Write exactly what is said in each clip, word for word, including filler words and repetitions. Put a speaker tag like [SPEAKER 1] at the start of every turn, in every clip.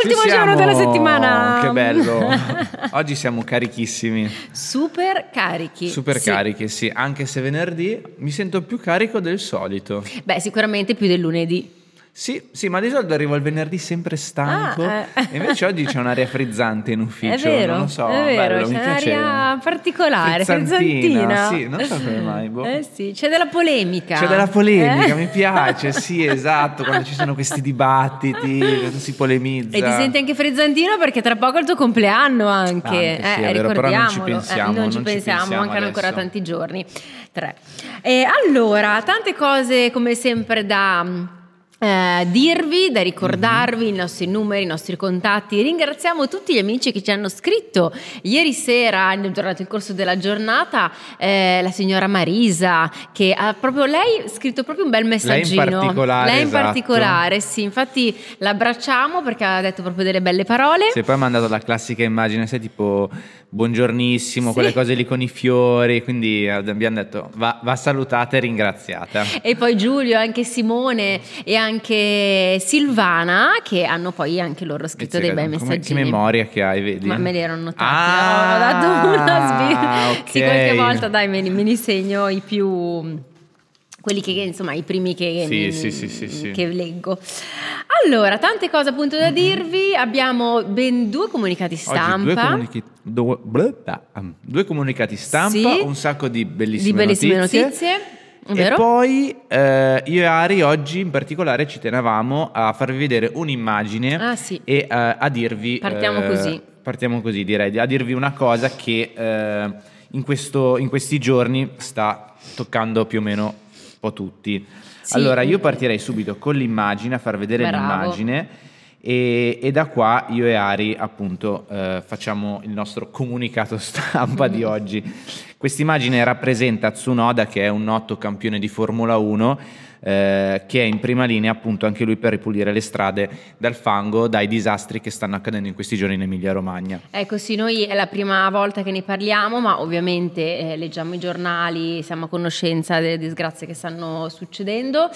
[SPEAKER 1] Ultimo giorno della settimana.
[SPEAKER 2] Che bello. Oggi siamo carichissimi.
[SPEAKER 1] Super carichi.
[SPEAKER 2] Super
[SPEAKER 1] sì.
[SPEAKER 2] carichi, sì. Anche se venerdì mi sento più carico del solito.
[SPEAKER 1] Beh, sicuramente più del lunedì.
[SPEAKER 2] Sì, sì, ma di solito arrivo il venerdì sempre stanco.
[SPEAKER 1] Ah, eh.
[SPEAKER 2] E invece oggi c'è un'aria frizzante in ufficio.
[SPEAKER 1] È vero,
[SPEAKER 2] non lo so,
[SPEAKER 1] è vero,
[SPEAKER 2] bello,
[SPEAKER 1] c'è
[SPEAKER 2] mi piace.
[SPEAKER 1] un'aria particolare,
[SPEAKER 2] frizzantina.
[SPEAKER 1] frizzantina.
[SPEAKER 2] Sì, non so come mai. Boh.
[SPEAKER 1] Eh sì, c'è della polemica.
[SPEAKER 2] C'è della polemica,
[SPEAKER 1] eh?
[SPEAKER 2] mi piace, sì, esatto, quando ci sono questi dibattiti, quando si polemizza.
[SPEAKER 1] E ti senti anche frizzantino perché tra poco è il tuo compleanno anche,
[SPEAKER 2] Anche, sì,
[SPEAKER 1] eh,
[SPEAKER 2] è vero, però non ci
[SPEAKER 1] ricordiamolo.
[SPEAKER 2] pensiamo,
[SPEAKER 1] eh, non ci
[SPEAKER 2] non ci
[SPEAKER 1] pensiamo,
[SPEAKER 2] pensiamo
[SPEAKER 1] mancano ancora
[SPEAKER 2] adesso.
[SPEAKER 1] tanti giorni. Tre. E allora, tante cose come sempre da... Eh, dirvi, da ricordarvi mm-hmm. i nostri numeri, i nostri contatti. Ringraziamo tutti gli amici che ci hanno scritto ieri sera durante il corso della giornata, eh, la signora Marisa che ha proprio lei scritto proprio un bel messaggino,
[SPEAKER 2] lei in particolare,
[SPEAKER 1] lei in
[SPEAKER 2] esatto.
[SPEAKER 1] particolare sì, infatti l'abbracciamo perché ha detto proprio delle belle parole.
[SPEAKER 2] Se poi ha mandato la classica immagine, sai, tipo buongiornissimo,
[SPEAKER 1] sì.
[SPEAKER 2] quelle cose lì con i fiori, quindi abbiamo detto va, va salutata e ringraziata.
[SPEAKER 1] E poi Giulio, anche Simone e anche Silvana che hanno poi anche loro scritto dei bei messaggini.
[SPEAKER 2] Che memoria che hai, vedi?
[SPEAKER 1] Ma me li erano notati,
[SPEAKER 2] ah,
[SPEAKER 1] ho dato una sbirra.
[SPEAKER 2] okay.
[SPEAKER 1] Sì, qualche volta dai me, me li segno i più... quelli che insomma i primi che,
[SPEAKER 2] sì,
[SPEAKER 1] mi,
[SPEAKER 2] sì, sì, sì, sì.
[SPEAKER 1] che leggo. Allora, tante cose appunto da dirvi. Abbiamo ben due comunicati stampa.
[SPEAKER 2] Oggi due, comunichi- due, due comunicati stampa,
[SPEAKER 1] sì,
[SPEAKER 2] un sacco di bellissime,
[SPEAKER 1] di bellissime
[SPEAKER 2] notizie.
[SPEAKER 1] notizie.
[SPEAKER 2] E
[SPEAKER 1] vero?
[SPEAKER 2] poi eh, io e Ari oggi in particolare ci tenevamo a farvi vedere un'immagine
[SPEAKER 1] ah, sì.
[SPEAKER 2] e uh, a dirvi
[SPEAKER 1] partiamo
[SPEAKER 2] eh,
[SPEAKER 1] così
[SPEAKER 2] partiamo così direi a dirvi una cosa che eh, in, questo, in questi giorni sta toccando più o meno un po' tutti.
[SPEAKER 1] Sì.
[SPEAKER 2] Allora io partirei subito con l'immagine, a far vedere
[SPEAKER 1] Bravo.
[SPEAKER 2] l'immagine e, e da qua io e Ari appunto eh, facciamo il nostro comunicato stampa di oggi. Quest'immagine rappresenta Tsunoda, che è un noto campione di Formula uno, eh, che è in prima linea appunto anche lui per ripulire le strade dal fango, dai disastri che stanno accadendo in questi giorni in Emilia Romagna.
[SPEAKER 1] Ecco sì, noi è la prima volta che ne parliamo, ma ovviamente eh, leggiamo i giornali, siamo a conoscenza delle disgrazie che stanno succedendo,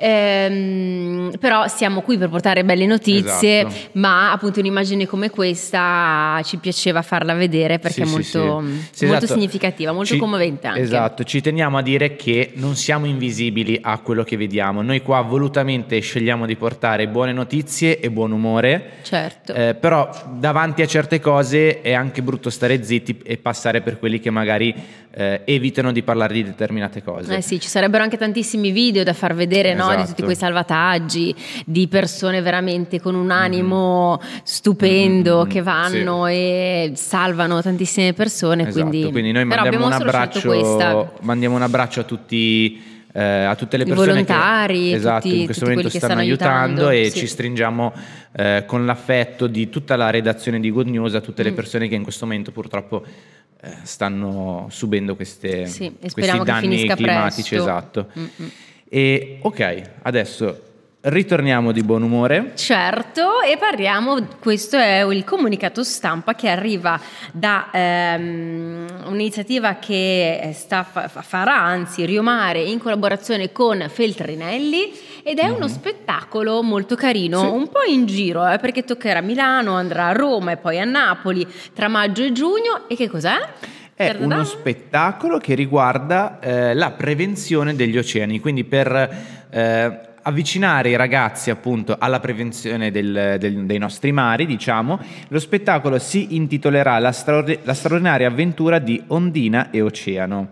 [SPEAKER 1] ehm, però siamo qui per portare belle notizie,
[SPEAKER 2] esatto.
[SPEAKER 1] Ma appunto un'immagine come questa ci piaceva farla vedere perché
[SPEAKER 2] sì,
[SPEAKER 1] è molto,
[SPEAKER 2] sì, sì.
[SPEAKER 1] molto
[SPEAKER 2] esatto.
[SPEAKER 1] significativa, molto
[SPEAKER 2] ci,
[SPEAKER 1] commovente anche.
[SPEAKER 2] Esatto, ci teniamo a dire che non siamo invisibili a quello che vediamo. Noi qua volutamente scegliamo di portare buone notizie e buon umore,
[SPEAKER 1] certo.
[SPEAKER 2] eh, però davanti a certe cose è anche brutto stare zitti e passare per quelli che magari eh, evitano di parlare di determinate cose.
[SPEAKER 1] Eh sì, ci sarebbero anche tantissimi video da far vedere,
[SPEAKER 2] esatto.
[SPEAKER 1] no? Di tutti quei salvataggi, di persone veramente con un animo mm-hmm. stupendo mm-hmm. che vanno sì. e salvano tantissime persone.
[SPEAKER 2] Esatto,
[SPEAKER 1] quindi,
[SPEAKER 2] quindi noi mandiamo un, abbraccio, mandiamo un abbraccio a tutti. Eh, a tutte le persone
[SPEAKER 1] i volontari,
[SPEAKER 2] che esatto,
[SPEAKER 1] tutti,
[SPEAKER 2] in questo
[SPEAKER 1] tutti
[SPEAKER 2] momento
[SPEAKER 1] che
[SPEAKER 2] stanno,
[SPEAKER 1] stanno
[SPEAKER 2] aiutando,
[SPEAKER 1] aiutando
[SPEAKER 2] e
[SPEAKER 1] sì.
[SPEAKER 2] ci stringiamo eh, con l'affetto di tutta la redazione di Good News a tutte le
[SPEAKER 1] mm.
[SPEAKER 2] persone che in questo momento purtroppo eh, stanno subendo queste,
[SPEAKER 1] sì, e
[SPEAKER 2] questi danni climatici.
[SPEAKER 1] Presto.
[SPEAKER 2] Esatto.
[SPEAKER 1] Mm-mm.
[SPEAKER 2] E ok, adesso ritorniamo di buon umore.
[SPEAKER 1] Certo, e parliamo, questo è il comunicato stampa che arriva da ehm, un'iniziativa che sta, farà anzi Rio Mare in collaborazione con Feltrinelli ed è mm-hmm. uno spettacolo molto carino, sì. un po' in giro eh, perché toccherà a Milano, andrà a Roma e poi a Napoli tra maggio e giugno. E che cos'è?
[SPEAKER 2] È Ta-da! Uno spettacolo che riguarda eh, la prevenzione degli oceani, quindi per eh, avvicinare i ragazzi appunto alla prevenzione del, del, dei nostri mari, diciamo, lo spettacolo si intitolerà La, straordi- la straordinaria avventura di Ondina e Oceano.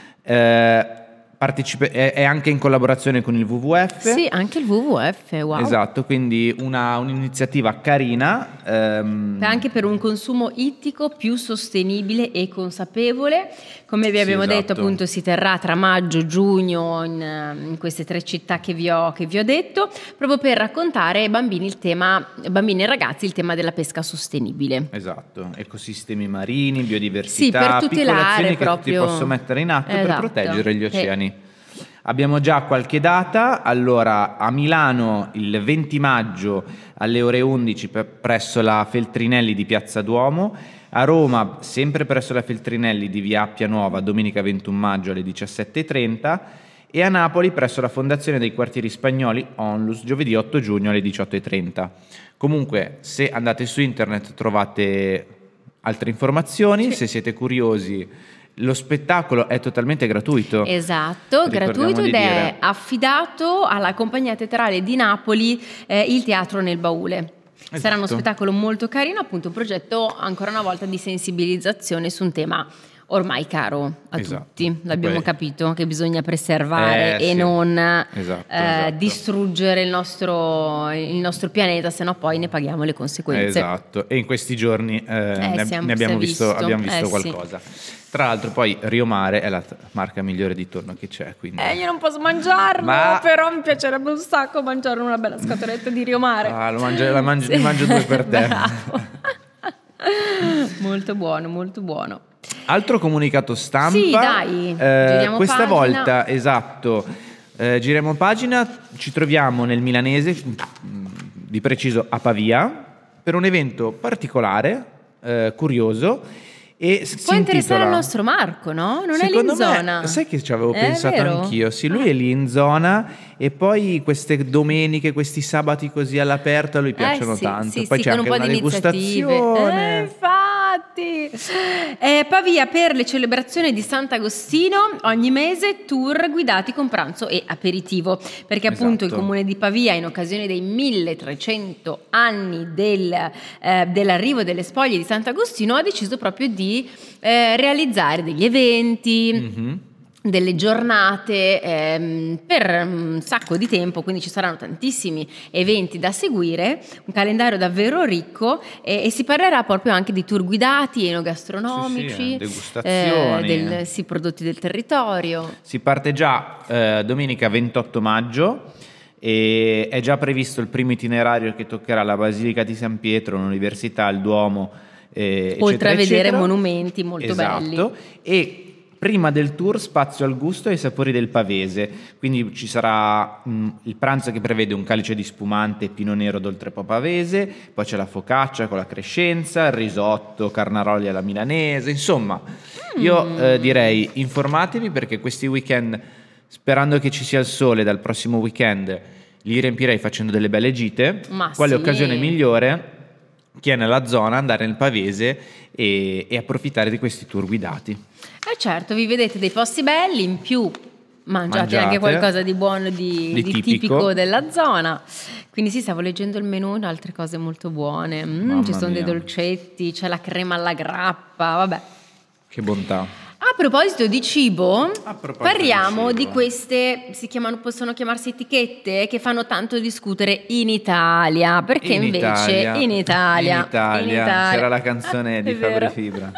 [SPEAKER 2] Eh, partecipe- è, è anche in collaborazione con il W W F.
[SPEAKER 1] Sì, anche il W W F, wow.
[SPEAKER 2] Esatto, quindi una, un'iniziativa carina. Ehm...
[SPEAKER 1] Anche per un consumo ittico più sostenibile e consapevole. Come vi abbiamo sì, esatto. detto, appunto si terrà tra maggio e giugno in, in queste tre città che vi, ho, che vi ho detto, proprio per raccontare ai bambini il tema, bambini e ragazzi il tema della pesca sostenibile.
[SPEAKER 2] Esatto, ecosistemi marini, biodiversità,
[SPEAKER 1] sì, per tutelare
[SPEAKER 2] piccole azioni
[SPEAKER 1] proprio...
[SPEAKER 2] che tutti possono mettere in atto
[SPEAKER 1] esatto.
[SPEAKER 2] per proteggere gli oceani.
[SPEAKER 1] Eh.
[SPEAKER 2] Abbiamo già qualche data, allora a Milano il venti maggio alle ore undici presso la Feltrinelli di Piazza Duomo, a Roma sempre presso la Feltrinelli di via Appia Nuova domenica ventuno maggio alle diciassette e trenta e a Napoli presso la Fondazione dei Quartieri Spagnoli Onlus giovedì otto giugno alle diciotto e trenta. Comunque, se andate su internet trovate altre informazioni, sì. Se siete curiosi, lo spettacolo è totalmente gratuito.
[SPEAKER 1] Esatto, gratuito ed è affidato alla compagnia teatrale di Napoli, eh, Il Teatro nel Baule. Esatto. Sarà uno spettacolo molto carino, appunto un progetto ancora una volta di sensibilizzazione su un tema ormai caro a esatto. tutti, l'abbiamo Poi... capito che bisogna preservare eh, e sì. non esatto, eh, esatto. distruggere il nostro, il nostro pianeta, se no poi ne paghiamo le conseguenze.
[SPEAKER 2] Esatto, e in questi giorni eh, eh, ne, siamo, ne abbiamo visto, visto. Abbiamo visto eh, qualcosa. Sì. Tra l'altro poi Rio Mare è la marca migliore di tonno che c'è, quindi...
[SPEAKER 1] Eh, io non posso mangiarlo, Ma... però mi piacerebbe un sacco mangiare una bella scatoletta di Rio Mare.
[SPEAKER 2] Ah, lo mangio, la mangio, sì. ne mangio due per te.
[SPEAKER 1] Molto buono, molto buono.
[SPEAKER 2] Altro comunicato stampa.
[SPEAKER 1] Sì, dai,
[SPEAKER 2] eh, questa pagina. volta, esatto, eh, giriamo pagina, ci troviamo nel milanese, di preciso a Pavia, per un evento particolare, eh, curioso. E
[SPEAKER 1] può interessare al nostro Marco, no? Non è lì in zona.
[SPEAKER 2] Me, sai che ci avevo è pensato vero? anch'io? Sì, lui ah. è lì in zona e poi queste domeniche, questi sabati così all'aperto a lui piacciono
[SPEAKER 1] eh, sì,
[SPEAKER 2] tanto.
[SPEAKER 1] Sì,
[SPEAKER 2] poi
[SPEAKER 1] sì,
[SPEAKER 2] c'è anche
[SPEAKER 1] un
[SPEAKER 2] una degustazione.
[SPEAKER 1] Eh, infatti. Eh, Pavia per le celebrazioni di Sant'Agostino, ogni mese tour guidati con pranzo e aperitivo, perché appunto esatto. il comune di Pavia in occasione dei milletrecento anni del, eh, dell'arrivo delle spoglie di Sant'Agostino ha deciso proprio di Eh, realizzare degli eventi, mm-hmm. delle giornate ehm, per un sacco di tempo, quindi ci saranno tantissimi eventi da seguire, un calendario davvero ricco e, e si parlerà proprio anche di tour guidati, enogastronomici, sì, sì,
[SPEAKER 2] degustazioni,
[SPEAKER 1] eh, del, sì, prodotti del territorio.
[SPEAKER 2] Si parte già eh, domenica ventotto maggio e è già previsto il primo itinerario che toccherà la Basilica di San Pietro, l'Università, il Duomo, Eh,
[SPEAKER 1] oltre
[SPEAKER 2] eccetera,
[SPEAKER 1] a vedere
[SPEAKER 2] eccetera.
[SPEAKER 1] monumenti molto
[SPEAKER 2] esatto.
[SPEAKER 1] belli.
[SPEAKER 2] E prima del tour spazio al gusto e ai sapori del pavese, quindi ci sarà mh, il pranzo che prevede un calice di spumante e pino nero d'oltrepò pavese, poi c'è la focaccia con la crescenza, il risotto, carnaroli alla milanese, insomma mm. io eh, direi informatevi, perché questi weekend, sperando che ci sia il sole dal prossimo weekend, li riempirei facendo delle belle gite.
[SPEAKER 1] Ma
[SPEAKER 2] quale
[SPEAKER 1] sì.
[SPEAKER 2] occasione migliore, chi è nella zona, andare nel pavese e, e approfittare di questi tour guidati.
[SPEAKER 1] Eh certo, vi vedete dei posti belli, in più mangiate,
[SPEAKER 2] mangiate
[SPEAKER 1] anche qualcosa di buono, di,
[SPEAKER 2] di,
[SPEAKER 1] di tipico. tipico della zona. Quindi sì, stavo leggendo il menù, altre cose molto buone, mm, ci sono
[SPEAKER 2] mia.
[SPEAKER 1] dei dolcetti, c'è la crema alla grappa, vabbè.
[SPEAKER 2] Che bontà.
[SPEAKER 1] A proposito di cibo,
[SPEAKER 2] proposito
[SPEAKER 1] parliamo
[SPEAKER 2] di, cibo.
[SPEAKER 1] di queste, si chiamano, possono chiamarsi etichette, che fanno tanto discutere in Italia, perché
[SPEAKER 2] in
[SPEAKER 1] invece
[SPEAKER 2] Italia,
[SPEAKER 1] in Italia,
[SPEAKER 2] in Italia, in Italia c'era la canzone di Fabri Fibra.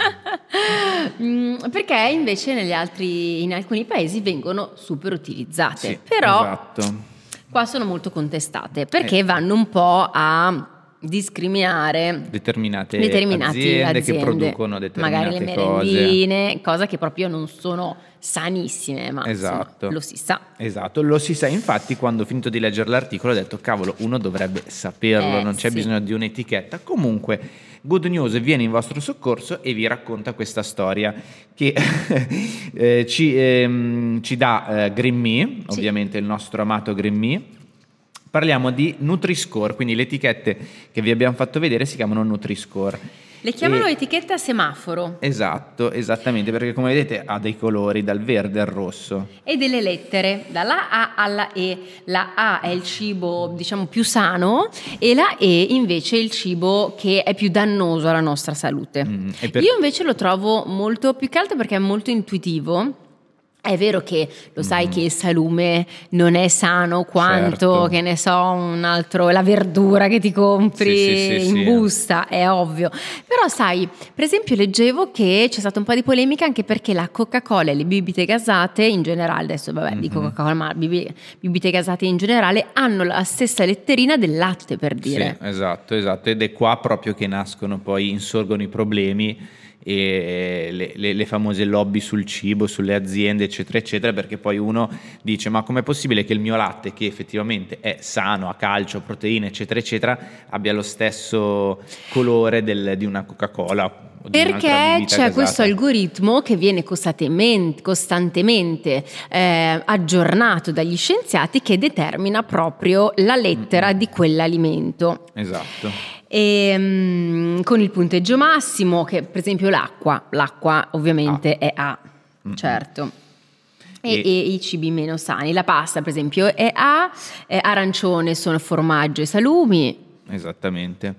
[SPEAKER 1] Perché invece negli altri, in alcuni paesi vengono super utilizzate,
[SPEAKER 2] sì,
[SPEAKER 1] però
[SPEAKER 2] esatto.
[SPEAKER 1] qua sono molto contestate, perché
[SPEAKER 2] eh.
[SPEAKER 1] vanno un po' a discriminare
[SPEAKER 2] determinate,
[SPEAKER 1] determinate
[SPEAKER 2] aziende,
[SPEAKER 1] aziende
[SPEAKER 2] che producono determinate
[SPEAKER 1] magari le
[SPEAKER 2] cose,
[SPEAKER 1] merendine, cose che proprio non sono sanissime, ma
[SPEAKER 2] esatto.
[SPEAKER 1] insomma, lo si sa.
[SPEAKER 2] Esatto, lo si sa. Infatti, quando ho finito di leggere l'articolo ho detto cavolo, uno dovrebbe saperlo,
[SPEAKER 1] eh,
[SPEAKER 2] non c'è
[SPEAKER 1] sì.
[SPEAKER 2] bisogno di un'etichetta. Comunque Good News viene in vostro soccorso e vi racconta questa storia che eh, ci, ehm, ci dà eh, Green Me,
[SPEAKER 1] sì.
[SPEAKER 2] ovviamente il nostro amato Green Me. Parliamo di Nutri-Score, quindi le etichette che vi abbiamo fatto vedere si chiamano Nutri-Score.
[SPEAKER 1] Le chiamano
[SPEAKER 2] e...
[SPEAKER 1] etichetta a semaforo.
[SPEAKER 2] Esatto, esattamente, perché come vedete ha dei colori dal verde al rosso.
[SPEAKER 1] E delle lettere, dalla A alla E. La A è il cibo, diciamo, più sano e la E invece è il cibo che è più dannoso alla nostra salute. Mm, per... Io invece lo trovo molto, più che altro perché è molto intuitivo. È vero che lo sai mm. che il salume non è sano quanto, certo. che ne so, un altro, la verdura che ti compri
[SPEAKER 2] sì, sì, sì,
[SPEAKER 1] in
[SPEAKER 2] sì.
[SPEAKER 1] busta, è ovvio. Però sai, per esempio leggevo che c'è stata un po' di polemica anche perché la Coca-Cola e le bibite gasate in generale, adesso vabbè mm-hmm. di Coca-Cola, ma bibite gasate in generale hanno la stessa letterina del latte, per dire.
[SPEAKER 2] Sì, esatto, esatto, ed è qua proprio che nascono, poi insorgono i problemi e le, le, le famose lobby sul cibo, sulle aziende, eccetera, eccetera, perché poi uno dice: ma com'è possibile che il mio latte, che effettivamente è sano, ha calcio, proteine, eccetera, eccetera, abbia lo stesso colore del, di una Coca-Cola?
[SPEAKER 1] Perché c'è questo algoritmo che viene costantemente, costantemente eh, aggiornato dagli scienziati, che determina proprio la lettera mm-hmm. di quell'alimento.
[SPEAKER 2] Esatto.
[SPEAKER 1] E, um, con il punteggio massimo, che per esempio l'acqua, l'acqua ovviamente ah. è A, mm-hmm. certo. E, e, e i cibi meno sani, la pasta per esempio è A, è arancione sono formaggio e salumi.
[SPEAKER 2] Esattamente.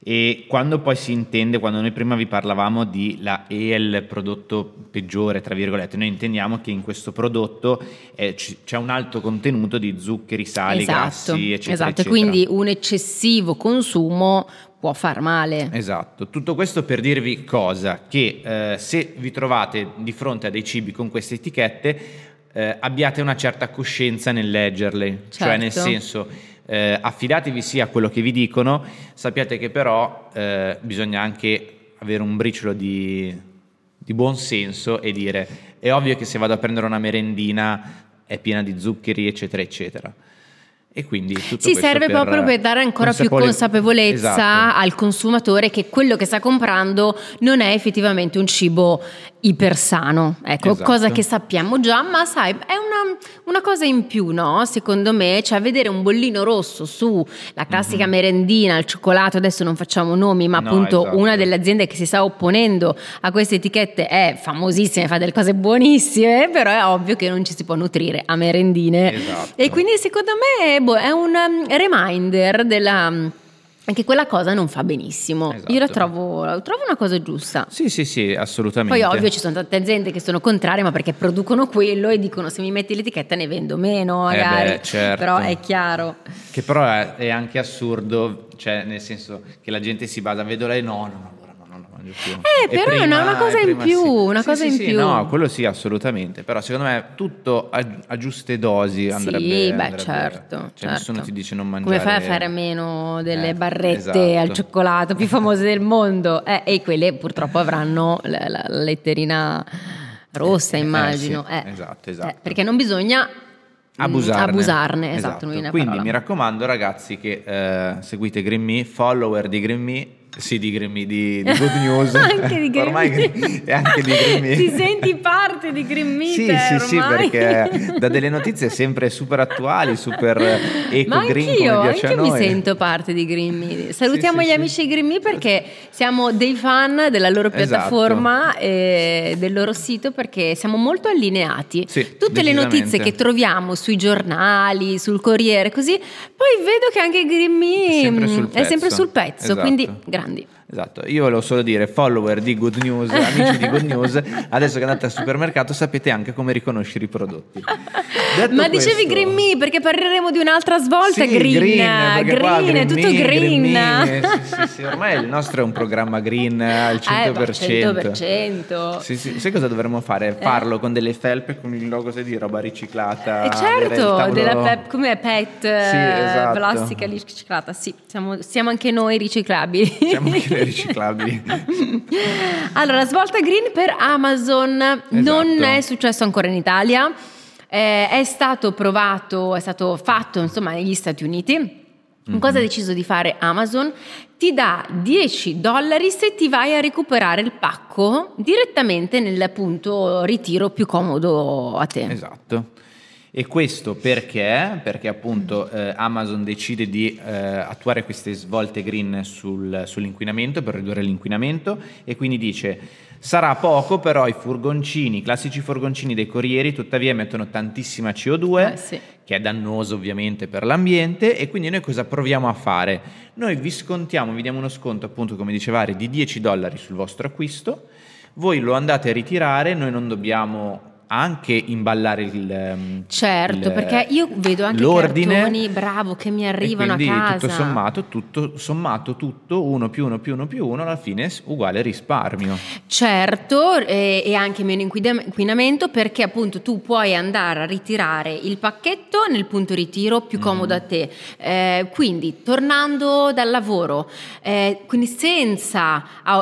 [SPEAKER 2] E quando poi si intende, quando noi prima vi parlavamo di la E L prodotto peggiore, tra virgolette, noi intendiamo che in questo prodotto eh, c- c'è un alto contenuto di zuccheri, sali,
[SPEAKER 1] esatto,
[SPEAKER 2] grassi, eccetera,
[SPEAKER 1] esatto,
[SPEAKER 2] eccetera.
[SPEAKER 1] Quindi un eccessivo consumo può far male.
[SPEAKER 2] Esatto, tutto questo per dirvi cosa? Che eh, se vi trovate di fronte a dei cibi con queste etichette, eh, abbiate una certa coscienza nel leggerle,
[SPEAKER 1] certo.
[SPEAKER 2] cioè nel senso... Eh, affidatevi sì a quello che vi dicono, sappiate che però eh, bisogna anche avere un briciolo di, di buon senso e dire: è ovvio che se vado a prendere una merendina è piena di zuccheri, eccetera, eccetera. E quindi tutto
[SPEAKER 1] sì,
[SPEAKER 2] questo
[SPEAKER 1] serve
[SPEAKER 2] per
[SPEAKER 1] proprio per dare ancora più consapevolezza esatto. al consumatore che quello che sta comprando non è effettivamente un cibo ipersano, ecco,
[SPEAKER 2] esatto.
[SPEAKER 1] cosa che sappiamo già, ma sai, è una, una cosa in più, no? Secondo me, cioè vedere un bollino rosso su la classica mm-hmm. merendina al cioccolato, adesso non facciamo nomi, ma no, appunto esatto. una delle aziende che si sta opponendo a queste etichette è famosissima, fa delle cose buonissime, però è ovvio che non ci si può nutrire a merendine
[SPEAKER 2] esatto.
[SPEAKER 1] e quindi secondo me boh, è un um, reminder della... anche quella cosa non fa benissimo. Esatto. Io la trovo, la trovo una cosa giusta.
[SPEAKER 2] Sì, sì, sì, assolutamente.
[SPEAKER 1] Poi ovvio ci sono tante aziende che sono contrarie, ma perché producono quello e dicono: se mi metti l'etichetta ne vendo meno, magari.
[SPEAKER 2] Eh beh, certo.
[SPEAKER 1] Però è chiaro.
[SPEAKER 2] Che però è, è anche assurdo, cioè nel senso che la gente si basa, vedo lei, no, no, no. Più.
[SPEAKER 1] Eh, però prima, è una cosa in più, sì. una
[SPEAKER 2] sì,
[SPEAKER 1] cosa
[SPEAKER 2] sì,
[SPEAKER 1] in
[SPEAKER 2] sì,
[SPEAKER 1] più.
[SPEAKER 2] No, quello sì, assolutamente. Però secondo me tutto a, a giuste dosi andrebbe.
[SPEAKER 1] Sì, beh,
[SPEAKER 2] andrebbe,
[SPEAKER 1] certo,
[SPEAKER 2] cioè
[SPEAKER 1] certo.
[SPEAKER 2] Nessuno ti dice non mangiare.
[SPEAKER 1] Come fai a fare a meno delle
[SPEAKER 2] eh,
[SPEAKER 1] barrette
[SPEAKER 2] esatto.
[SPEAKER 1] al cioccolato più famose del mondo? Eh, e quelle purtroppo avranno la, la, la letterina rossa,
[SPEAKER 2] eh,
[SPEAKER 1] immagino.
[SPEAKER 2] Eh, sì,
[SPEAKER 1] eh.
[SPEAKER 2] esatto, esatto.
[SPEAKER 1] Eh, perché non bisogna
[SPEAKER 2] abusarne,
[SPEAKER 1] abusarne esatto.
[SPEAKER 2] esatto. Quindi mi raccomando, ragazzi, che eh, seguite Green Me, follower di Green Me. Sì, di Green Me, di, di Good News.
[SPEAKER 1] Anche di Green
[SPEAKER 2] ormai
[SPEAKER 1] Me.
[SPEAKER 2] È anche di Green Me.
[SPEAKER 1] Ti senti parte di Green Me?
[SPEAKER 2] Sì,
[SPEAKER 1] te,
[SPEAKER 2] sì,
[SPEAKER 1] ormai.
[SPEAKER 2] sì, perché dà delle notizie sempre super attuali, super eco
[SPEAKER 1] Ma
[SPEAKER 2] green,
[SPEAKER 1] anch'io,
[SPEAKER 2] come piace a noi.
[SPEAKER 1] Anch'io mi sento parte di Green Me. Salutiamo
[SPEAKER 2] sì, sì,
[SPEAKER 1] gli
[SPEAKER 2] sì.
[SPEAKER 1] amici di Green Me perché siamo dei fan della loro piattaforma esatto. e del loro sito, perché siamo molto allineati.
[SPEAKER 2] Sì,
[SPEAKER 1] tutte le notizie che troviamo sui giornali, sul Corriere, così, poi vedo che anche Green Me
[SPEAKER 2] è sempre sul pezzo,
[SPEAKER 1] è sempre sul pezzo
[SPEAKER 2] esatto.
[SPEAKER 1] Quindi grandi.
[SPEAKER 2] Esatto, io volevo solo dire follower di Good News, amici di Good News, adesso che andate al supermercato sapete anche come riconoscere i prodotti. Detto
[SPEAKER 1] Ma
[SPEAKER 2] questo,
[SPEAKER 1] dicevi Green Me perché parleremo di un'altra svolta.
[SPEAKER 2] sì,
[SPEAKER 1] green,
[SPEAKER 2] green,
[SPEAKER 1] green,
[SPEAKER 2] qua, green
[SPEAKER 1] è tutto
[SPEAKER 2] me,
[SPEAKER 1] green,
[SPEAKER 2] green me, sì, sì, sì, ormai il nostro è un programma green al cento per cento.
[SPEAKER 1] Eh, cento per cento.
[SPEAKER 2] Sì, sì. Sai cosa dovremmo fare? Farlo eh. con delle felpe con il logo di roba riciclata.
[SPEAKER 1] Eh certo, tavolo... della pep, come pet,
[SPEAKER 2] sì, esatto.
[SPEAKER 1] plastica riciclata. Sì, siamo, siamo anche noi riciclabili.
[SPEAKER 2] Siamo anche noi riciclabili.
[SPEAKER 1] Allora, svolta green per Amazon, esatto. non è successo ancora in Italia, eh, è stato provato, è stato fatto insomma negli Stati Uniti. Mm-hmm. Cosa ha deciso di fare Amazon? Ti dà dieci dollari se ti vai a recuperare il pacco direttamente nel punto ritiro più comodo a te.
[SPEAKER 2] Esatto. E questo perché? Perché appunto eh, Amazon decide di eh, attuare queste svolte green sul, sull'inquinamento, per ridurre l'inquinamento, e quindi dice: sarà poco, però i furgoncini, i classici furgoncini dei corrieri, tuttavia emettono tantissima C O due,
[SPEAKER 1] eh, sì.
[SPEAKER 2] che è dannoso ovviamente per l'ambiente, e quindi noi cosa proviamo a fare? Noi vi scontiamo, vi diamo uno sconto appunto, come diceva Ari, di dieci dollari sul vostro acquisto, voi lo andate a ritirare, noi non dobbiamo anche imballare il
[SPEAKER 1] certo,
[SPEAKER 2] il,
[SPEAKER 1] perché io vedo anche
[SPEAKER 2] l'ordine,
[SPEAKER 1] cartoni, bravo, che mi arrivano
[SPEAKER 2] e quindi,
[SPEAKER 1] a casa.
[SPEAKER 2] tutto sommato, tutto sommato tutto uno più uno più uno più uno alla fine uguale risparmio.
[SPEAKER 1] Certo, e, e anche meno inquinamento, perché appunto tu puoi andare a ritirare il pacchetto nel punto ritiro più comodo mm-hmm. a te, eh, quindi tornando dal lavoro, eh, quindi senza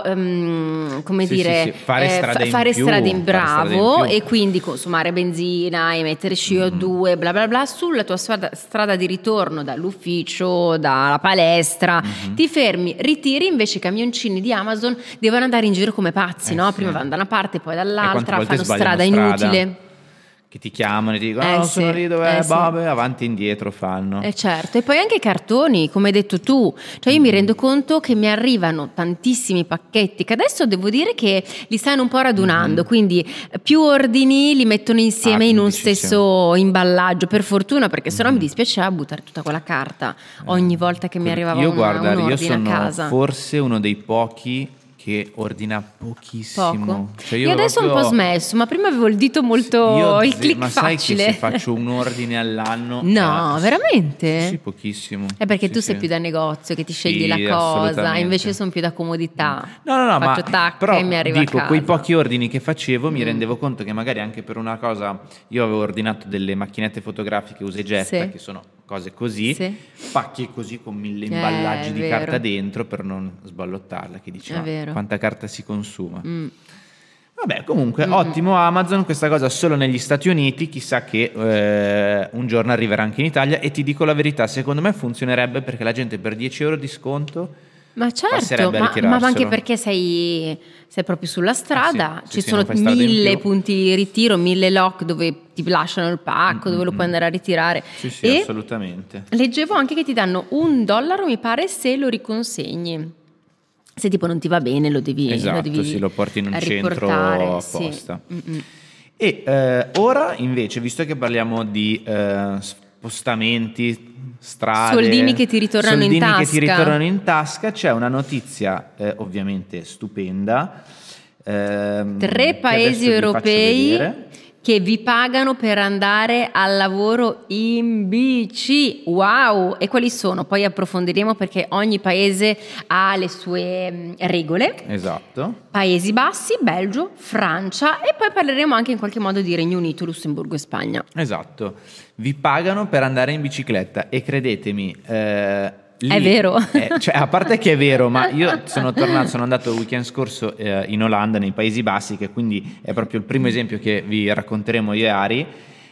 [SPEAKER 1] um, come
[SPEAKER 2] sì,
[SPEAKER 1] dire
[SPEAKER 2] sì, sì. fare strada,
[SPEAKER 1] eh,
[SPEAKER 2] in,
[SPEAKER 1] fare
[SPEAKER 2] più,
[SPEAKER 1] strada in bravo
[SPEAKER 2] fare strada in
[SPEAKER 1] e quindi consumare benzina, emettere C O due, mm-hmm. bla bla bla, sulla tua strada, strada di ritorno dall'ufficio, dalla palestra, mm-hmm. ti fermi, ritiri, invece i camioncini di Amazon devono andare in giro come pazzi,
[SPEAKER 2] eh,
[SPEAKER 1] no?
[SPEAKER 2] sì.
[SPEAKER 1] Prima vanno da una parte, poi dall'altra, fanno
[SPEAKER 2] strada
[SPEAKER 1] strada inutile.
[SPEAKER 2] Che ti chiamano e ti dicono
[SPEAKER 1] eh
[SPEAKER 2] no,
[SPEAKER 1] sì,
[SPEAKER 2] sono lì dov'è,
[SPEAKER 1] eh
[SPEAKER 2] vabbè,
[SPEAKER 1] sì.
[SPEAKER 2] avanti e indietro fanno.
[SPEAKER 1] Eh certo, e poi anche i cartoni, come hai detto tu, cioè io mm. mi rendo conto che mi arrivano tantissimi pacchetti, che adesso devo dire che li stanno un po' radunando, mm-hmm. quindi più ordini li mettono insieme ah, in un stesso imballaggio, per fortuna, perché sennò mm-hmm. mi dispiaceva buttare tutta quella carta ogni volta che mi arrivava
[SPEAKER 2] io,
[SPEAKER 1] una,
[SPEAKER 2] guarda,
[SPEAKER 1] un ordine
[SPEAKER 2] io sono
[SPEAKER 1] a casa.
[SPEAKER 2] Forse uno dei pochi che ordina pochissimo.
[SPEAKER 1] Poco.
[SPEAKER 2] Cioè io,
[SPEAKER 1] io adesso
[SPEAKER 2] proprio...
[SPEAKER 1] ho un po' smesso, ma prima avevo il dito molto
[SPEAKER 2] io
[SPEAKER 1] il
[SPEAKER 2] ze-
[SPEAKER 1] click
[SPEAKER 2] ma
[SPEAKER 1] facile.
[SPEAKER 2] sai che se faccio un ordine all'anno
[SPEAKER 1] no,
[SPEAKER 2] eh,
[SPEAKER 1] veramente?
[SPEAKER 2] Sì, sì, pochissimo.
[SPEAKER 1] È perché
[SPEAKER 2] sì,
[SPEAKER 1] tu
[SPEAKER 2] sì.
[SPEAKER 1] sei più da negozio, che ti scegli
[SPEAKER 2] sì,
[SPEAKER 1] la cosa, invece io sono più da comodità.
[SPEAKER 2] No, no, no,
[SPEAKER 1] faccio
[SPEAKER 2] ma
[SPEAKER 1] tac
[SPEAKER 2] però
[SPEAKER 1] e mi arriva
[SPEAKER 2] dico,
[SPEAKER 1] a casa.
[SPEAKER 2] quei pochi ordini che facevo mi
[SPEAKER 1] mm.
[SPEAKER 2] rendevo conto che magari anche per una cosa, io avevo ordinato delle macchinette fotografiche usa e getta, sì. che sono cose così, sì. pacchi così con mille imballaggi eh, di vero. carta dentro per non sballottarla, che diceva quanta carta si consuma. Mm. Vabbè, comunque, mm. ottimo Amazon, questa cosa solo negli Stati Uniti, chissà che eh, un giorno arriverà anche in Italia, e ti dico la verità, secondo me funzionerebbe perché la gente per dieci euro di sconto
[SPEAKER 1] ma certo, ma, ma anche perché sei, sei proprio sulla strada, eh sì, ci sì, sono mille punti di ritiro, mille lock dove ti lasciano il pacco, mm-hmm. dove lo puoi andare a ritirare.
[SPEAKER 2] Sì, sì,
[SPEAKER 1] e
[SPEAKER 2] assolutamente.
[SPEAKER 1] Leggevo anche che ti danno un dollaro, mi pare, se lo riconsegni. Se tipo non ti va bene lo devi
[SPEAKER 2] esatto,
[SPEAKER 1] lo devi
[SPEAKER 2] sì, lo porti in un
[SPEAKER 1] riportare,
[SPEAKER 2] centro apposta. Sì. E eh, ora invece, visto che parliamo di eh, spostamenti, strade,
[SPEAKER 1] soldini che ti ritornano in tasca,
[SPEAKER 2] che ti ritornano in tasca, c'è una notizia eh, ovviamente stupenda. Ehm,
[SPEAKER 1] Tre paesi europei che vi pagano per andare al lavoro in bici. Wow! E quali sono? Poi approfondiremo perché ogni paese ha le sue regole.
[SPEAKER 2] Esatto.
[SPEAKER 1] Paesi Bassi, Belgio, Francia, e poi parleremo anche in qualche modo di Regno Unito, Lussemburgo e Spagna.
[SPEAKER 2] Esatto. Vi pagano per andare in bicicletta e credetemi... Eh, Lì,
[SPEAKER 1] è vero,
[SPEAKER 2] eh, cioè, a parte che è vero, ma io sono tornato, sono andato il weekend scorso eh, in Olanda, nei Paesi Bassi, che quindi è proprio il primo esempio che vi racconteremo io e Ari,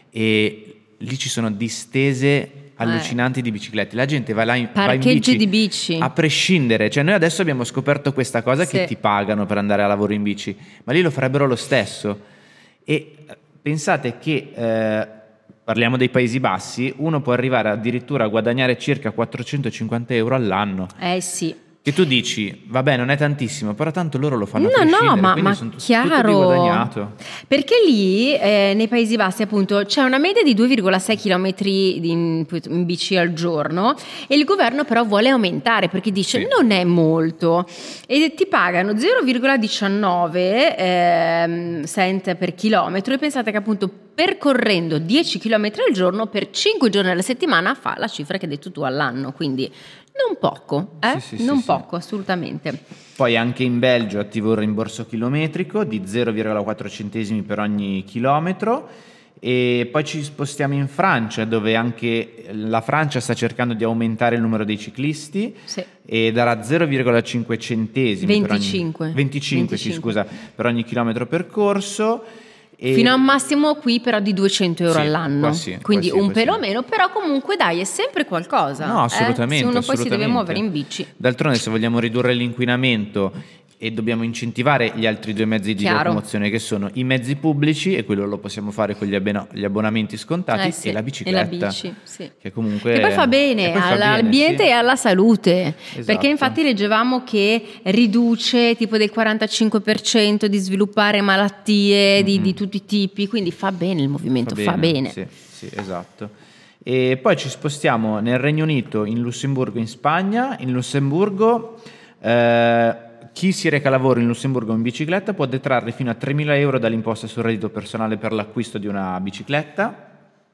[SPEAKER 2] e lì ci sono distese allucinanti eh. di biciclette, la gente va là in, va in bici,
[SPEAKER 1] di bici
[SPEAKER 2] a prescindere, cioè noi adesso abbiamo scoperto questa cosa sì. che ti pagano per andare a lavoro in bici, ma lì lo farebbero lo stesso, e pensate che... Eh, parliamo dei Paesi Bassi, uno può arrivare addirittura a guadagnare circa quattrocentocinquanta euro all'anno.
[SPEAKER 1] Eh sì.
[SPEAKER 2] Che tu dici, vabbè, non è tantissimo, però tanto loro lo fanno
[SPEAKER 1] no,
[SPEAKER 2] a prescindere,
[SPEAKER 1] no, ma,
[SPEAKER 2] quindi
[SPEAKER 1] ma
[SPEAKER 2] sono t-
[SPEAKER 1] chiaro,
[SPEAKER 2] tutto di guadagnato.
[SPEAKER 1] Perché lì, eh, nei Paesi Bassi, appunto, c'è una media di due virgola sei chilometri di in, in bici al giorno, e il governo però vuole aumentare, perché dice sì. non è molto, e ti pagano zero virgola diciannove eh, cent per chilometro, e pensate che appunto percorrendo dieci chilometri al giorno per cinque giorni alla settimana fa la cifra che hai detto tu all'anno, quindi non poco, eh?
[SPEAKER 2] Sì, sì,
[SPEAKER 1] non
[SPEAKER 2] sì,
[SPEAKER 1] poco,
[SPEAKER 2] sì.
[SPEAKER 1] assolutamente.
[SPEAKER 2] Poi anche in Belgio attivo il rimborso chilometrico di zero virgola quattro centesimi per ogni chilometro, e poi ci spostiamo in Francia, dove anche la Francia sta cercando di aumentare il numero dei ciclisti sì. e darà zero virgola cinque centesimi
[SPEAKER 1] venticinque
[SPEAKER 2] per ogni, venticinque, venticinque. Sì, scusa, per ogni chilometro percorso. E
[SPEAKER 1] fino a un massimo qui però di duecento euro
[SPEAKER 2] sì,
[SPEAKER 1] all'anno,
[SPEAKER 2] sì,
[SPEAKER 1] quindi
[SPEAKER 2] sì,
[SPEAKER 1] un pelo
[SPEAKER 2] sì.
[SPEAKER 1] meno, però comunque dai, è sempre qualcosa.
[SPEAKER 2] No, assolutamente.
[SPEAKER 1] Eh? Se uno
[SPEAKER 2] assolutamente.
[SPEAKER 1] poi si deve muovere in bici.
[SPEAKER 2] D'altronde, se vogliamo ridurre l'inquinamento e dobbiamo incentivare gli altri due mezzi di
[SPEAKER 1] Chiaro.
[SPEAKER 2] locomozione, che sono i mezzi pubblici, e quello lo possiamo fare con gli, abbon- gli abbonamenti scontati,
[SPEAKER 1] eh sì,
[SPEAKER 2] e la bicicletta,
[SPEAKER 1] e la bici, sì.
[SPEAKER 2] che comunque
[SPEAKER 1] che poi fa bene
[SPEAKER 2] poi fa
[SPEAKER 1] all'ambiente
[SPEAKER 2] bene, sì.
[SPEAKER 1] e alla salute,
[SPEAKER 2] Esatto.
[SPEAKER 1] perché infatti leggevamo che riduce tipo del quarantacinque per cento di sviluppare malattie mm-hmm. di, di tutti i tipi, quindi fa bene il movimento, fa bene,
[SPEAKER 2] fa bene. Sì, sì, esatto. E poi ci spostiamo nel Regno Unito, in Lussemburgo, in Spagna. In Lussemburgo eh, chi si reca a lavoro in Lussemburgo in bicicletta può detrarre fino a tremila euro dall'imposta sul reddito personale per l'acquisto di una bicicletta.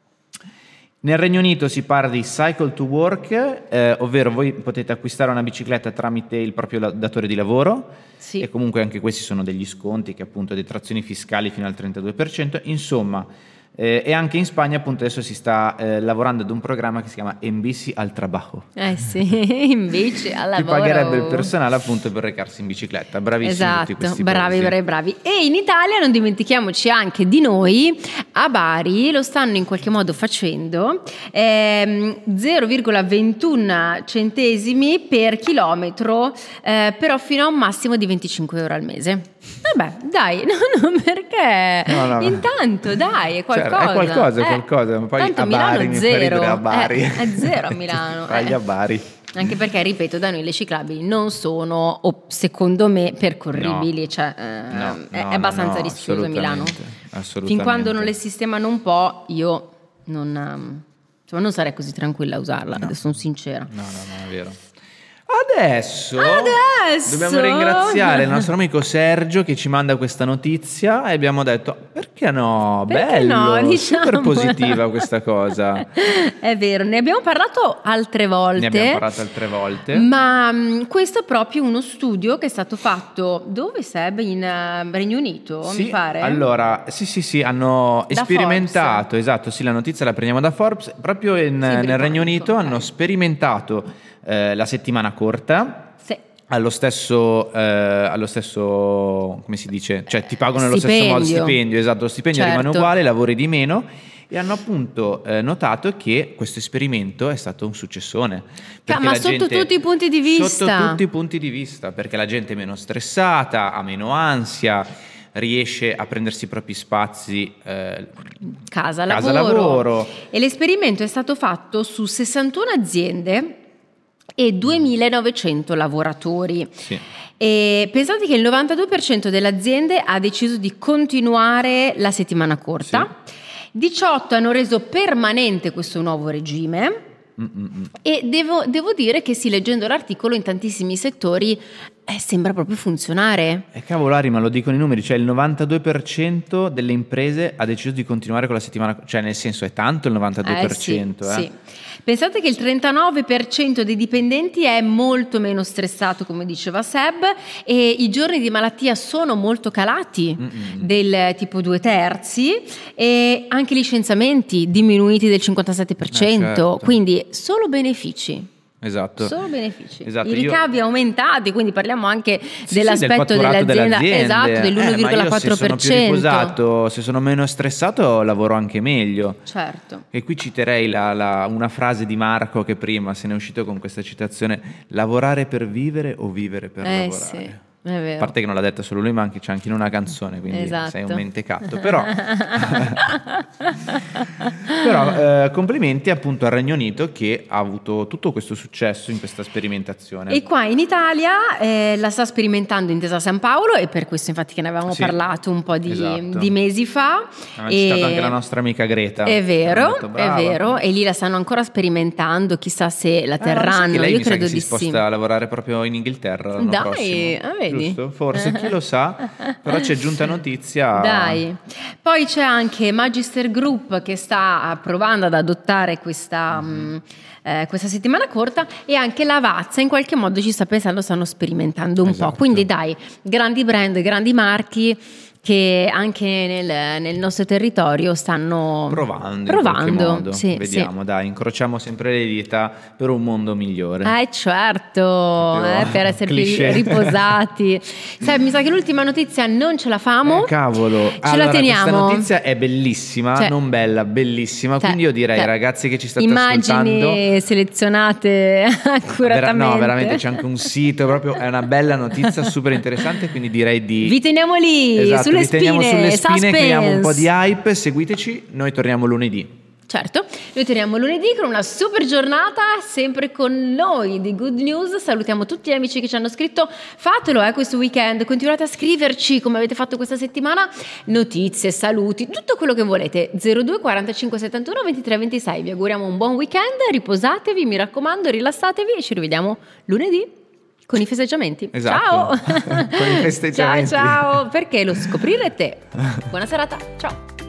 [SPEAKER 2] Nel Regno Unito si parla di Cycle to Work, eh, ovvero voi potete acquistare una bicicletta tramite il proprio datore di lavoro,
[SPEAKER 1] sì.
[SPEAKER 2] E comunque anche questi sono degli sconti, che appunto detrazioni fiscali fino al trentadue per cento, insomma. Eh, e anche in Spagna appunto adesso si sta eh, lavorando ad un programma che si chiama En bici al trabajo.
[SPEAKER 1] Eh sì, in bici al lavoro.
[SPEAKER 2] Ti pagherebbe il personale appunto per recarsi in bicicletta. Bravissimi
[SPEAKER 1] esatto,
[SPEAKER 2] tutti questi
[SPEAKER 1] bravi,
[SPEAKER 2] paesi.
[SPEAKER 1] bravi, bravi. E in Italia non dimentichiamoci anche di noi, a Bari lo stanno in qualche modo facendo, ehm, zero virgola ventuno centesimi per chilometro, eh, però fino a un massimo di venticinque euro al mese. Vabbè, dai, no, no, perché
[SPEAKER 2] no, no,
[SPEAKER 1] intanto dai, è qualcosa.
[SPEAKER 2] Cioè, è qualcosa, è
[SPEAKER 1] eh,
[SPEAKER 2] qualcosa. Poi
[SPEAKER 1] tanto
[SPEAKER 2] a
[SPEAKER 1] Milano
[SPEAKER 2] Bari, mi fa
[SPEAKER 1] zero,
[SPEAKER 2] ridere a Bari.
[SPEAKER 1] Eh, è zero a Milano.
[SPEAKER 2] Fagli
[SPEAKER 1] eh.
[SPEAKER 2] a Bari.
[SPEAKER 1] Anche perché, ripeto, da noi le ciclabili non sono, secondo me, percorribili,
[SPEAKER 2] no.
[SPEAKER 1] cioè eh,
[SPEAKER 2] no,
[SPEAKER 1] è,
[SPEAKER 2] no,
[SPEAKER 1] è abbastanza
[SPEAKER 2] no,
[SPEAKER 1] rischioso a Milano.
[SPEAKER 2] Assolutamente.
[SPEAKER 1] Fin quando non le sistemano un po', io non, um, insomma, non sarei così tranquilla a usarla,
[SPEAKER 2] no.
[SPEAKER 1] sono sincera.
[SPEAKER 2] No, no, no, è vero. Adesso,
[SPEAKER 1] Adesso
[SPEAKER 2] dobbiamo ringraziare il nostro amico Sergio che ci manda questa notizia e abbiamo detto perché no,
[SPEAKER 1] perché
[SPEAKER 2] bello,
[SPEAKER 1] no, diciamo.
[SPEAKER 2] Super positiva questa cosa.
[SPEAKER 1] È vero, ne abbiamo parlato altre volte.
[SPEAKER 2] Ne abbiamo parlato altre volte.
[SPEAKER 1] Ma um, questo è proprio uno studio che è stato fatto, dove Seb? In uh, Regno Unito,
[SPEAKER 2] sì,
[SPEAKER 1] mi pare?
[SPEAKER 2] Allora, sì sì sì, hanno
[SPEAKER 1] da
[SPEAKER 2] sperimentato,
[SPEAKER 1] Forbes.
[SPEAKER 2] Esatto, sì, la notizia la prendiamo da Forbes, proprio in,
[SPEAKER 1] sì,
[SPEAKER 2] nel Regno Unito
[SPEAKER 1] okay.
[SPEAKER 2] hanno sperimentato eh, la settimana corta.
[SPEAKER 1] Sì.
[SPEAKER 2] Allo stesso, eh, allo stesso, come si dice? Cioè ti pagano nello
[SPEAKER 1] stipendio.
[SPEAKER 2] stesso modo stipendio, esatto, lo stipendio
[SPEAKER 1] certo.
[SPEAKER 2] rimane uguale, lavori di meno e hanno appunto eh, notato che questo esperimento è stato un successone.
[SPEAKER 1] Ma sotto gente, tutti i punti di vista.
[SPEAKER 2] Sotto tutti i punti di vista, perché la gente è meno stressata, ha meno ansia, riesce a prendersi i propri spazi eh,
[SPEAKER 1] casa,
[SPEAKER 2] casa
[SPEAKER 1] lavoro.
[SPEAKER 2] lavoro.
[SPEAKER 1] E l'esperimento è stato fatto su sessantuno aziende e duemilanovecento lavoratori.
[SPEAKER 2] Sì.
[SPEAKER 1] E pensate che il novantadue per cento delle aziende ha deciso di continuare la settimana corta, sì. diciotto hanno reso permanente questo nuovo regime. Mm-mm. E devo, devo dire che sì, leggendo l'articolo in tantissimi settori eh, sembra proprio funzionare.
[SPEAKER 2] E cavolari, ma lo dicono i numeri, cioè il novantadue per cento delle imprese ha deciso di continuare con la settimana, cioè nel senso è tanto il novantadue per cento.
[SPEAKER 1] Eh, sì,
[SPEAKER 2] eh.
[SPEAKER 1] sì. Pensate che il trentanove per cento dei dipendenti è molto meno stressato, come diceva Seb, e i giorni di malattia sono molto calati, Mm-mm. del tipo due terzi, e anche i licenziamenti diminuiti del cinquantasette per cento,
[SPEAKER 2] eh, certo.
[SPEAKER 1] Quindi solo benefici.
[SPEAKER 2] Esatto.
[SPEAKER 1] Solo benefici.
[SPEAKER 2] Esatto,
[SPEAKER 1] I ricavi
[SPEAKER 2] io...
[SPEAKER 1] aumentati, quindi parliamo anche
[SPEAKER 2] sì,
[SPEAKER 1] dell'aspetto
[SPEAKER 2] sì, del
[SPEAKER 1] dell'azienda, esatto, dell'uno virgola quattro per cento.
[SPEAKER 2] Eh, ma io se sono più riposato, se sono meno stressato, lavoro anche meglio.
[SPEAKER 1] Certo.
[SPEAKER 2] E qui citerei la, la, una frase di Marco che prima se ne è uscito con questa citazione: lavorare per vivere o vivere per
[SPEAKER 1] eh,
[SPEAKER 2] lavorare.
[SPEAKER 1] Sì. È vero.
[SPEAKER 2] A parte che non l'ha detta solo lui, ma anche, c'è anche in una canzone, quindi
[SPEAKER 1] esatto.
[SPEAKER 2] sei un mentecatto. Però, però eh, complimenti appunto al Regno Unito che ha avuto tutto questo successo in questa sperimentazione.
[SPEAKER 1] E qua in Italia eh, la sta sperimentando Intesa San Paolo, e per questo infatti che ne avevamo sì, parlato un po' di,
[SPEAKER 2] esatto.
[SPEAKER 1] di mesi fa.
[SPEAKER 2] Abbiamo citato anche la nostra amica Greta.
[SPEAKER 1] È vero, detto, è vero, e lì la stanno ancora sperimentando, chissà se la terranno.
[SPEAKER 2] Ah, lei
[SPEAKER 1] io
[SPEAKER 2] mi
[SPEAKER 1] credo
[SPEAKER 2] sa che
[SPEAKER 1] di
[SPEAKER 2] si sposta
[SPEAKER 1] sì.
[SPEAKER 2] a lavorare proprio in Inghilterra l'anno
[SPEAKER 1] Dai,
[SPEAKER 2] prossimo.
[SPEAKER 1] Ah, vedi?
[SPEAKER 2] Giusto? Forse, chi lo sa, però c'è giunta notizia.
[SPEAKER 1] Dai. Poi c'è anche Magister Group che sta provando ad adottare questa, mm. mh, eh, questa settimana corta, e anche Lavazza in qualche modo ci sta pensando, stanno sperimentando un
[SPEAKER 2] esatto.
[SPEAKER 1] po'. Quindi dai, grandi brand, grandi marchi che anche nel, nel nostro territorio stanno
[SPEAKER 2] provando,
[SPEAKER 1] provando.
[SPEAKER 2] In qualche modo.
[SPEAKER 1] Sì,
[SPEAKER 2] vediamo,
[SPEAKER 1] sì.
[SPEAKER 2] Dai, incrociamo sempre le dita per un mondo migliore.
[SPEAKER 1] Eh certo, eh, per essere
[SPEAKER 2] cliché.
[SPEAKER 1] più riposati. Sai, mi sa che l'ultima notizia non ce la famo.
[SPEAKER 2] Eh, cavolo,
[SPEAKER 1] ce
[SPEAKER 2] allora,
[SPEAKER 1] la teniamo.
[SPEAKER 2] Questa notizia è bellissima,
[SPEAKER 1] cioè,
[SPEAKER 2] non bella, bellissima.
[SPEAKER 1] Cioè,
[SPEAKER 2] quindi io direi,
[SPEAKER 1] cioè,
[SPEAKER 2] ragazzi che ci state
[SPEAKER 1] immagini
[SPEAKER 2] ascoltando,
[SPEAKER 1] selezionate accuratamente.
[SPEAKER 2] Vera, no, veramente c'è anche un sito, proprio è una bella notizia, super interessante. Quindi direi di
[SPEAKER 1] vi teniamo lì,
[SPEAKER 2] esatto,
[SPEAKER 1] sulle
[SPEAKER 2] vi teniamo
[SPEAKER 1] spine.
[SPEAKER 2] sulle spine,
[SPEAKER 1] Suspense.
[SPEAKER 2] creiamo un po' di hype, seguiteci, noi torniamo lunedì.
[SPEAKER 1] Certo, noi torniamo lunedì con una super giornata, sempre con noi di Good News. Salutiamo tutti gli amici che ci hanno scritto, fatelo eh, questo weekend, continuate a scriverci come avete fatto questa settimana, notizie, saluti, tutto quello che volete. Zero due quarantacinque settantuno ventitré ventisei, vi auguriamo un buon weekend, riposatevi, mi raccomando, rilassatevi e ci rivediamo lunedì. Con i festeggiamenti.
[SPEAKER 2] Esatto.
[SPEAKER 1] Ciao.
[SPEAKER 2] Con i festeggiamenti.
[SPEAKER 1] Ciao, ciao, perché lo scoprirete. Buona serata. Ciao.